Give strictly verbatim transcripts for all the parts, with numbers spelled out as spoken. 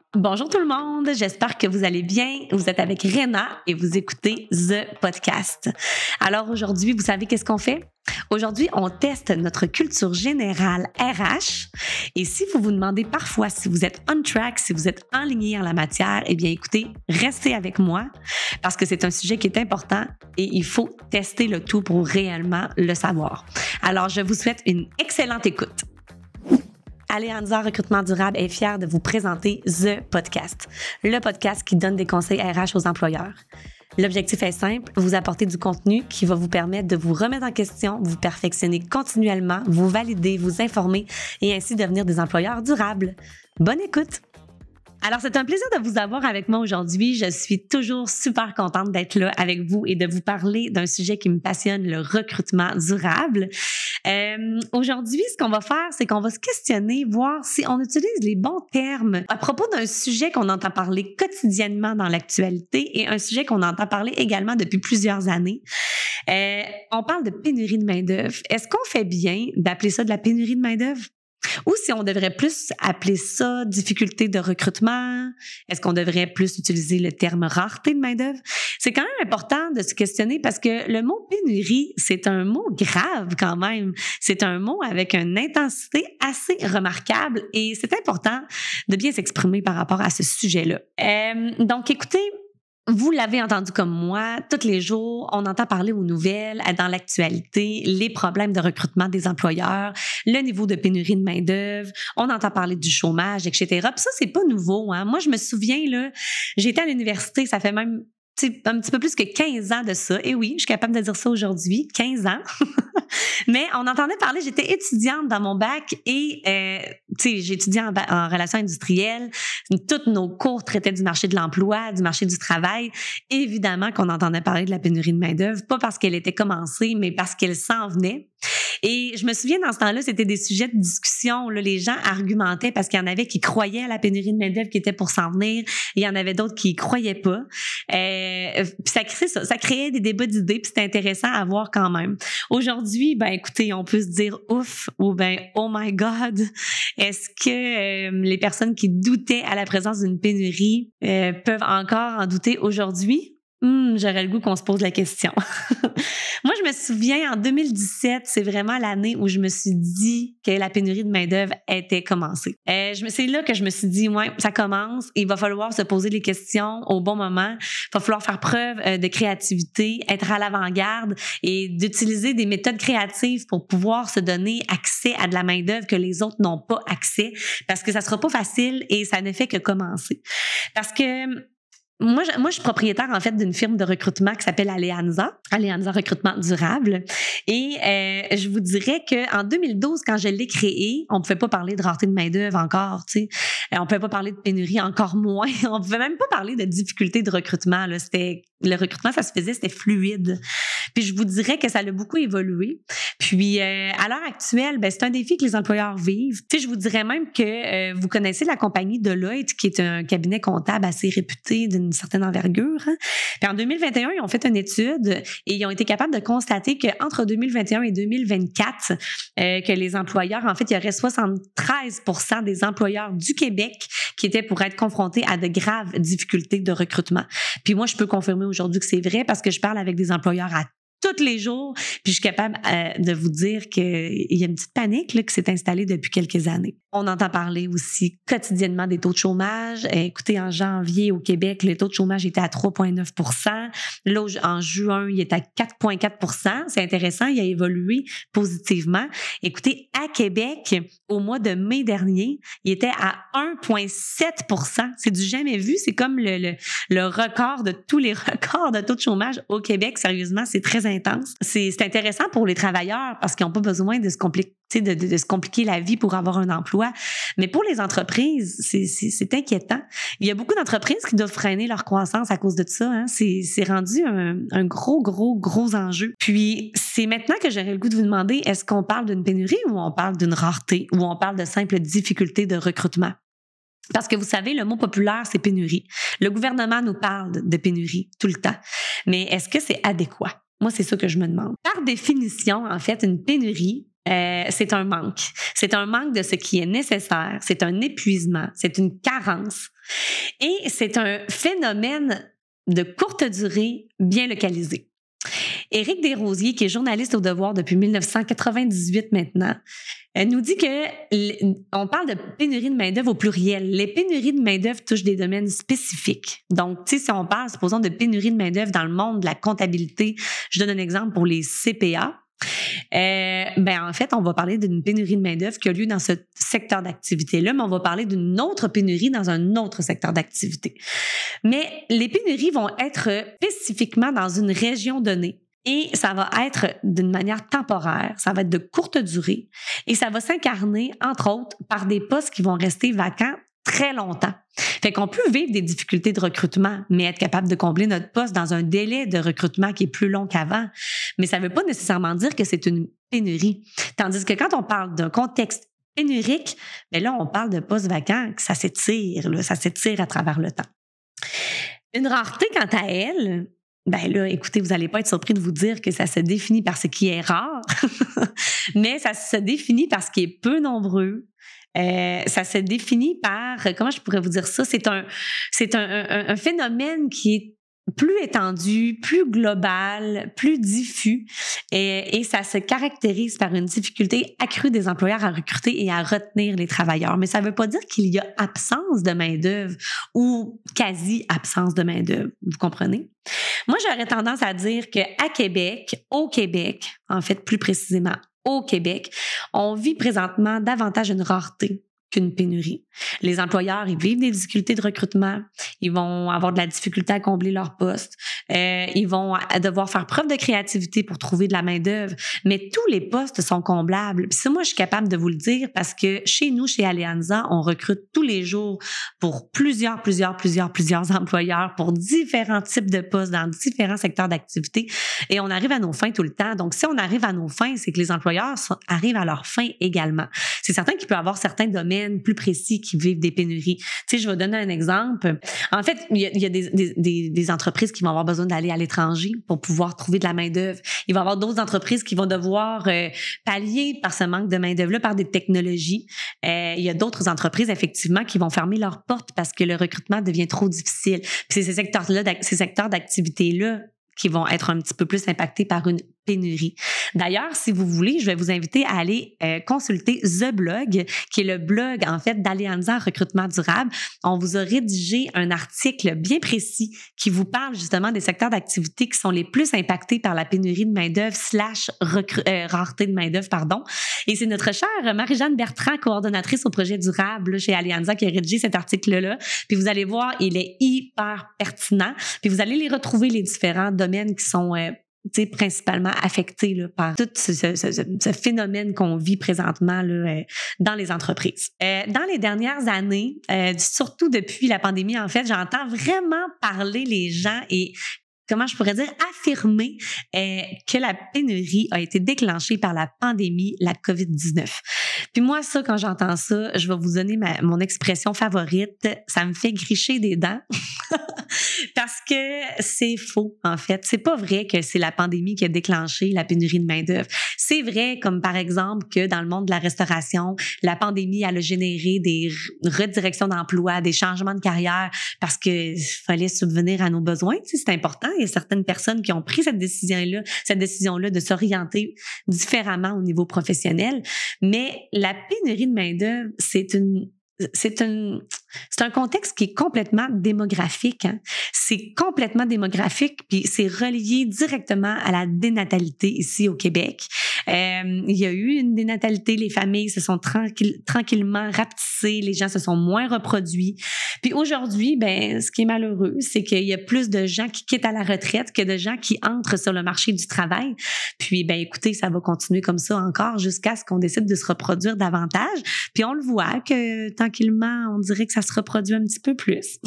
Bonjour tout le monde, j'espère que vous allez bien. Vous êtes avec Réna et vous écoutez The Podcast. Alors aujourd'hui, vous savez qu'est-ce qu'on fait? Aujourd'hui, on teste notre culture générale R H. Et si vous vous demandez parfois si vous êtes on track, si vous êtes enligné en la matière, eh bien écoutez, restez avec moi parce que c'est un sujet qui est important et il faut tester le tout pour réellement le savoir. Alors, je vous souhaite une excellente écoute. Alianza Recrutement Durable est fière de vous présenter The Podcast, le podcast qui donne des conseils R H aux employeurs. L'objectif est simple, vous apporter du contenu qui va vous permettre de vous remettre en question, vous perfectionner continuellement, vous valider, vous informer et ainsi devenir des employeurs durables. Bonne écoute! Alors, c'est un plaisir de vous avoir avec moi aujourd'hui. Je suis toujours super contente d'être là avec vous et de vous parler d'un sujet qui me passionne, le recrutement durable. Euh, aujourd'hui, ce qu'on va faire, c'est qu'on va se questionner, voir si on utilise les bons termes à propos d'un sujet qu'on entend parler quotidiennement dans l'actualité et un sujet qu'on entend parler également depuis plusieurs années. Euh, on parle de pénurie de main-d'œuvre. Est-ce qu'on fait bien d'appeler ça de la pénurie de main-d'œuvre? Ou si on devrait plus appeler ça difficulté de recrutement, est-ce qu'on devrait plus utiliser le terme rareté de main-d'œuvre? C'est quand même important de se questionner parce que le mot pénurie, c'est un mot grave quand même. C'est un mot avec une intensité assez remarquable et c'est important de bien s'exprimer par rapport à ce sujet-là. Euh, donc, écoutez, vous l'avez entendu comme moi, tous les jours, on entend parler aux nouvelles, dans l'actualité, les problèmes de recrutement des employeurs, le niveau de pénurie de main-d'œuvre, on entend parler du chômage, et cetera. Puis ça, c'est pas nouveau, hein. Moi, je me souviens, là, j'étais à l'université, ça fait même un petit peu plus que quinze ans de ça. Et oui, je suis capable de dire ça aujourd'hui, quinze ans. Mais on entendait parler, j'étais étudiante dans mon bac et euh, tu sais, j'étudiais en, en relations industrielles. Toutes nos cours traitaient du marché de l'emploi, du marché du travail. Évidemment qu'on entendait parler de la pénurie de main-d'œuvre, pas parce qu'elle était commencée, mais parce qu'elle s'en venait. Et je me souviens, dans ce temps-là, c'était des sujets de discussion. Là, les gens argumentaient parce qu'il y en avait qui croyaient à la pénurie de main-d'œuvre qui était pour s'en venir. Il y en avait d'autres qui y croyaient pas. Euh, puis ça créait ça, ça créait des débats d'idées, puis c'était intéressant à voir quand même. Aujourd'hui, ben écoutez, on peut se dire ouf ou ben oh my God. Est-ce que euh, les personnes qui doutaient à la présence d'une pénurie euh, peuvent encore en douter aujourd'hui? Hum, j'aurais le goût qu'on se pose la question. Moi, je me souviens, en deux mille dix-sept, c'est vraiment l'année où je me suis dit que la pénurie de main-d'œuvre était commencée. Euh, je me, c'est là que je me suis dit, ouais, ça commence. Il va falloir se poser les questions au bon moment. Il va falloir faire preuve euh, de créativité, être à l'avant-garde et d'utiliser des méthodes créatives pour pouvoir se donner accès à de la main-d'œuvre que les autres n'ont pas accès parce que ça sera pas facile et ça ne fait que commencer. Parce que Moi je, moi, je suis propriétaire, en fait, d'une firme de recrutement qui s'appelle Alianza, Alianza Recrutement Durable. Et euh, je vous dirais qu'en deux mille douze, quand je l'ai créée, on ne pouvait pas parler de rareté de main-d'œuvre encore, tu sais. On ne pouvait pas parler de pénurie, encore moins. On ne pouvait même pas parler de difficulté de recrutement, là. C'était, le recrutement, ça se faisait, c'était fluide. Puis je vous dirais que ça a beaucoup évolué. Puis euh, à l'heure actuelle, ben, c'est un défi que les employeurs vivent. Tu sais, je vous dirais même que euh, vous connaissez la compagnie Deloitte, qui est un cabinet comptable assez réputé d'une certaine envergure. Hein? Puis en deux mille vingt et un, ils ont fait une étude et ils ont été capables de constater qu'entre deux mille vingt et un et deux mille vingt-quatre, euh, que les employeurs, en fait, il y aurait soixante-treize pour cent des employeurs du Québec qui étaient pour être confrontés à de graves difficultés de recrutement. Puis moi, je peux confirmer aujourd'hui que c'est vrai parce que je parle avec des employeurs à tous les jours, puis je suis capable euh, de vous dire qu'il y a une petite panique là, qui s'est installée depuis quelques années. On entend parler aussi quotidiennement des taux de chômage. Euh, écoutez, en janvier au Québec, le taux de chômage était à trois virgule neuf pour cent. Là, en juin, il est à quatre virgule quatre pour cent. C'est intéressant, il a évolué positivement. Écoutez, à Québec, au mois de mai dernier, il était à un virgule sept pour cent. C'est du jamais vu. C'est comme le, le, le record de tous les records de taux de chômage au Québec. Sérieusement, c'est très intense. C'est, c'est intéressant pour les travailleurs parce qu'ils n'ont pas besoin de se compliquer, de, de, de se compliquer la vie pour avoir un emploi. Mais pour les entreprises, c'est, c'est, c'est inquiétant. Il y a beaucoup d'entreprises qui doivent freiner leur croissance à cause de ça. Hein. C'est, c'est rendu un, un gros, gros, gros enjeu. Puis, c'est maintenant que j'aurais le goût de vous demander, est-ce qu'on parle d'une pénurie ou on parle d'une rareté ou on parle de simples difficultés de recrutement? Parce que vous savez, le mot populaire, c'est pénurie. Le gouvernement nous parle de pénurie tout le temps. Mais est-ce que c'est adéquat? Moi, c'est ça que je me demande. Par définition, en fait, une pénurie, euh, c'est un manque. C'est un manque de ce qui est nécessaire. C'est un épuisement. C'est une carence. Et c'est un phénomène de courte durée bien localisé. Éric Desrosiers, qui est journaliste au Devoir depuis dix-neuf cent quatre-vingt-dix-huit maintenant, nous dit que on parle de pénurie de main-d'œuvre au pluriel. Les pénuries de main-d'œuvre touchent des domaines spécifiques. Donc, tu sais, si on parle, supposons, de pénurie de main-d'œuvre dans le monde de la comptabilité, je donne un exemple pour les C P A. Euh, ben en fait, on va parler d'une pénurie de main-d'œuvre qui a lieu dans ce secteur d'activité-là, mais on va parler d'une autre pénurie dans un autre secteur d'activité. Mais les pénuries vont être spécifiquement dans une région donnée. Et ça va être d'une manière temporaire, ça va être de courte durée et ça va s'incarner, entre autres, par des postes qui vont rester vacants très longtemps. Fait qu'on peut vivre des difficultés de recrutement, mais être capable de combler notre poste dans un délai de recrutement qui est plus long qu'avant. Mais ça ne veut pas nécessairement dire que c'est une pénurie. Tandis que quand on parle d'un contexte pénurique, bien là, on parle de postes vacants, que ça s'étire, là, ça s'étire à travers le temps. Une rareté, quant à elle, ben là, écoutez, vous n'allez pas être surpris de vous dire que ça se définit par ce qui est rare, mais ça se définit par ce qui est peu nombreux. Euh, ça se définit par, comment je pourrais vous dire ça, c'est un, c'est un, un, un phénomène qui est plus étendu, plus global, plus diffus et, et ça se caractérise par une difficulté accrue des employeurs à recruter et à retenir les travailleurs. Mais ça ne veut pas dire qu'il y a absence de main-d'œuvre ou quasi-absence de main-d'œuvre. Vous comprenez? Moi, j'aurais tendance à dire qu'à Québec, au Québec, en fait, plus précisément au Québec, on vit présentement davantage une rareté qu'une pénurie. Les employeurs, ils vivent des difficultés de recrutement, ils vont avoir de la difficulté à combler leur poste, euh, ils vont devoir faire preuve de créativité pour trouver de la main-d'œuvre, mais tous les postes sont comblables. Puis ça, moi, je suis capable de vous le dire parce que chez nous, chez Alianza, on recrute tous les jours pour plusieurs, plusieurs, plusieurs, plusieurs employeurs pour différents types de postes dans différents secteurs d'activité et on arrive à nos fins tout le temps. Donc, si on arrive à nos fins, c'est que les employeurs sont, arrivent à leurs fins également. C'est certain qu'il peut y avoir certains domaines plus précis qui vivent des pénuries. Tu sais, je vais donner un exemple. En fait, il y a, il y a des, des, des entreprises qui vont avoir besoin d'aller à l'étranger pour pouvoir trouver de la main-d'œuvre. Il va y avoir d'autres entreprises qui vont devoir euh, pallier par ce manque de main-d'œuvre-là par des technologies. Euh, il y a d'autres entreprises, effectivement, qui vont fermer leurs portes parce que le recrutement devient trop difficile. Puis c'est ces secteurs-là, ces secteurs d'activité-là qui vont être un petit peu plus impactés par une pénurie. D'ailleurs, si vous voulez, je vais vous inviter à aller euh, consulter The Blog, qui est le blog, en fait, d'Alianza Recrutement Durable. On vous a rédigé un article bien précis qui vous parle justement des secteurs d'activité qui sont les plus impactés par la pénurie de main-d'œuvre slash recru- euh, rareté de main-d'œuvre, pardon. Et c'est notre chère Marie-Jeanne Bertrand, coordonnatrice au projet durable chez Alianza, qui a rédigé cet article-là. Puis vous allez voir, il est hyper pertinent. Puis vous allez les retrouver, les différents domaines qui sont euh, tu sais, principalement affectés là, par tout ce, ce, ce, ce phénomène qu'on vit présentement là, euh, dans les entreprises. Euh, dans les dernières années, euh, surtout depuis la pandémie, en fait, j'entends vraiment parler les gens et comment je pourrais dire, affirmer euh, que la pénurie a été déclenchée par la pandémie, la covid dix-neuf. Puis moi, ça, quand j'entends ça, je vais vous donner ma, mon expression favorite. Ça me fait gricher des dents parce que c'est faux, en fait. C'est pas vrai que c'est la pandémie qui a déclenché la pénurie de main-d'œuvre. C'est vrai, comme par exemple, que dans le monde de la restauration, la pandémie, elle a généré des redirections d'emploi, des changements de carrière parce qu'il fallait subvenir à nos besoins. Tu sais, c'est important. Il y a certaines personnes qui ont pris cette décision-là, cette décision-là de s'orienter différemment au niveau professionnel. Mais la pénurie de main-d'œuvre, c'est une C'est, une, c'est un contexte qui est complètement démographique. Hein? C'est complètement démographique, puis c'est relié directement à la dénatalité ici au Québec. Euh, il y a eu une dénatalité, les familles se sont tranquille, tranquillement rapetissées, les gens se sont moins reproduits. Puis aujourd'hui, ben, ce qui est malheureux, c'est qu'il y a plus de gens qui quittent à la retraite que de gens qui entrent sur le marché du travail. Puis, ben, écoutez, ça va continuer comme ça encore jusqu'à ce qu'on décide de se reproduire davantage. Puis on le voit que tranquillement, on dirait que ça se reproduit un petit peu plus.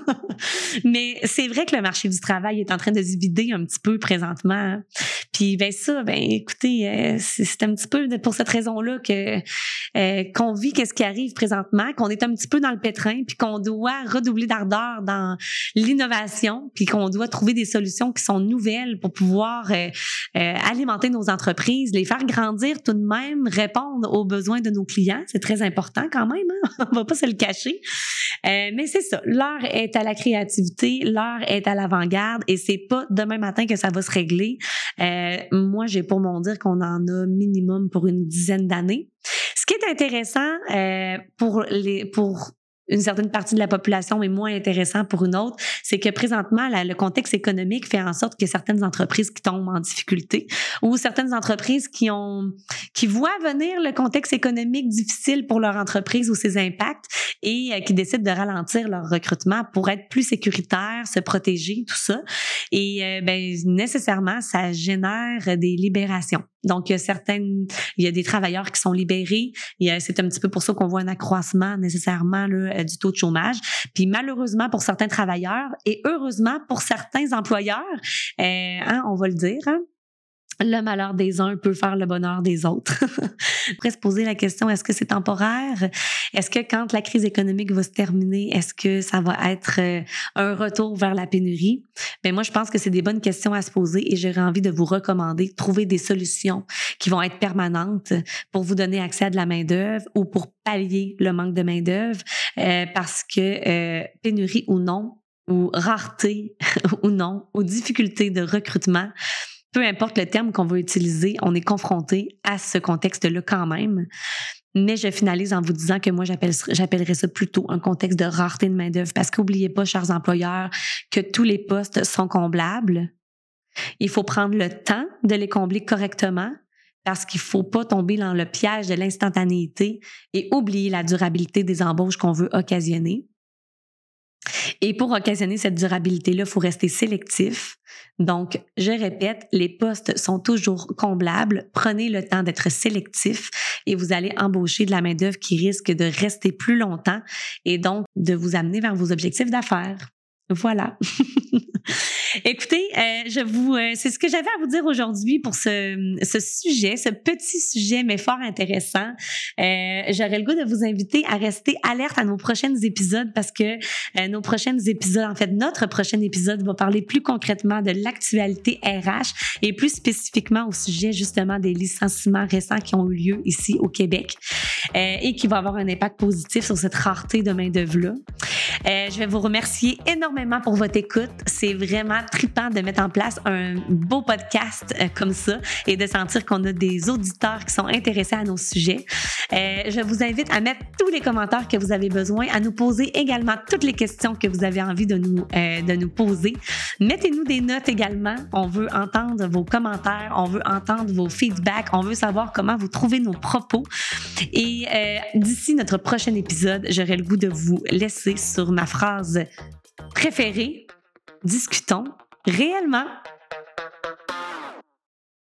Mais c'est vrai que le marché du travail est en train de se vider un petit peu présentement. Puis ben ça, ben écoutez, euh, euh, c'est, c'est un petit peu pour cette raison-là que euh, qu'on vit qu'est-ce qui arrive présentement, qu'on est un petit peu dans le pétrin, puis qu'on doit redoubler d'ardeur dans l'innovation, puis qu'on doit trouver des solutions qui sont nouvelles pour pouvoir euh, euh, alimenter nos entreprises, les faire grandir tout de même, répondre aux besoins de nos clients. C'est très important quand même, hein? On va pas se le cacher. Euh, mais c'est ça, l'heure est à la créativité, l'heure est à l'avant-garde et c'est pas demain matin que ça va se régler. Euh, moi, j'ai pour mon dire qu'on en a minimum pour une dizaine d'années. Ce qui est intéressant euh, pour les pour une certaine partie de la population, mais moins intéressant pour une autre, c'est que présentement, la, le contexte économique fait en sorte que certaines entreprises qui tombent en difficulté ou certaines entreprises qui ont qui voient venir le contexte économique difficile pour leur entreprise ou ses impacts et euh, qui décident de ralentir leur recrutement pour être plus sécuritaires, se protéger, tout ça. Et euh, ben nécessairement, ça génère des libérations. Donc, il y a certaines, il y a des travailleurs qui sont libérés. Il y a, c'est un petit peu pour ça qu'on voit un accroissement nécessairement là, du taux de chômage. Puis malheureusement pour certains travailleurs et heureusement pour certains employeurs, euh, hein, on va le dire, hein, le malheur des uns peut faire le bonheur des autres. On pourrait se poser la question, est-ce que c'est temporaire? Est-ce que quand la crise économique va se terminer, est-ce que ça va être euh, un retour vers la pénurie? Ben moi, je pense que c'est des bonnes questions à se poser et j'aurais envie de vous recommander de trouver des solutions qui vont être permanentes pour vous donner accès à de la main-d'œuvre ou pour pallier le manque de main-d'œuvre euh, parce que euh, pénurie ou non, ou rareté ou non, ou difficulté de recrutement, peu importe le terme qu'on va utiliser, on est confronté à ce contexte-là quand même. Mais je finalise en vous disant que moi, j'appelle, j'appellerais ça plutôt un contexte de rareté de main-d'œuvre parce qu'oubliez pas, chers employeurs, que tous les postes sont comblables. Il faut prendre le temps de les combler correctement parce qu'il faut pas tomber dans le piège de l'instantanéité et oublier la durabilité des embauches qu'on veut occasionner. Et pour occasionner cette durabilité-là, il faut rester sélectif. Donc, je répète, les postes sont toujours comblables. Prenez le temps d'être sélectif et vous allez embaucher de la main-d'œuvre qui risque de rester plus longtemps et donc de vous amener vers vos objectifs d'affaires. Voilà. Écoutez, euh, je vous, euh, c'est ce que j'avais à vous dire aujourd'hui pour ce, ce sujet, ce petit sujet, mais fort intéressant. Euh, j'aurais le goût de vous inviter à rester alerte à nos prochains épisodes parce que euh, nos prochains épisodes, en fait, notre prochain épisode va parler plus concrètement de l'actualité R H et plus spécifiquement au sujet justement des licenciements récents qui ont eu lieu ici au Québec euh, et qui va avoir un impact positif sur cette rareté de main-d'œuvre-là. Euh, je vais vous remercier énormément pour votre écoute. C'est vraiment trippant de mettre en place un beau podcast euh, comme ça et de sentir qu'on a des auditeurs qui sont intéressés à nos sujets. Euh, je vous invite à mettre tous les commentaires que vous avez besoin, à nous poser également toutes les questions que vous avez envie de nous, euh, de nous poser. Mettez-nous des notes également. On veut entendre vos commentaires, on veut entendre vos feedbacks, on veut savoir comment vous trouvez nos propos. Et euh, d'ici notre prochain épisode, j'aurai le goût de vous laisser sur ma phrase préférée. Discutons réellement.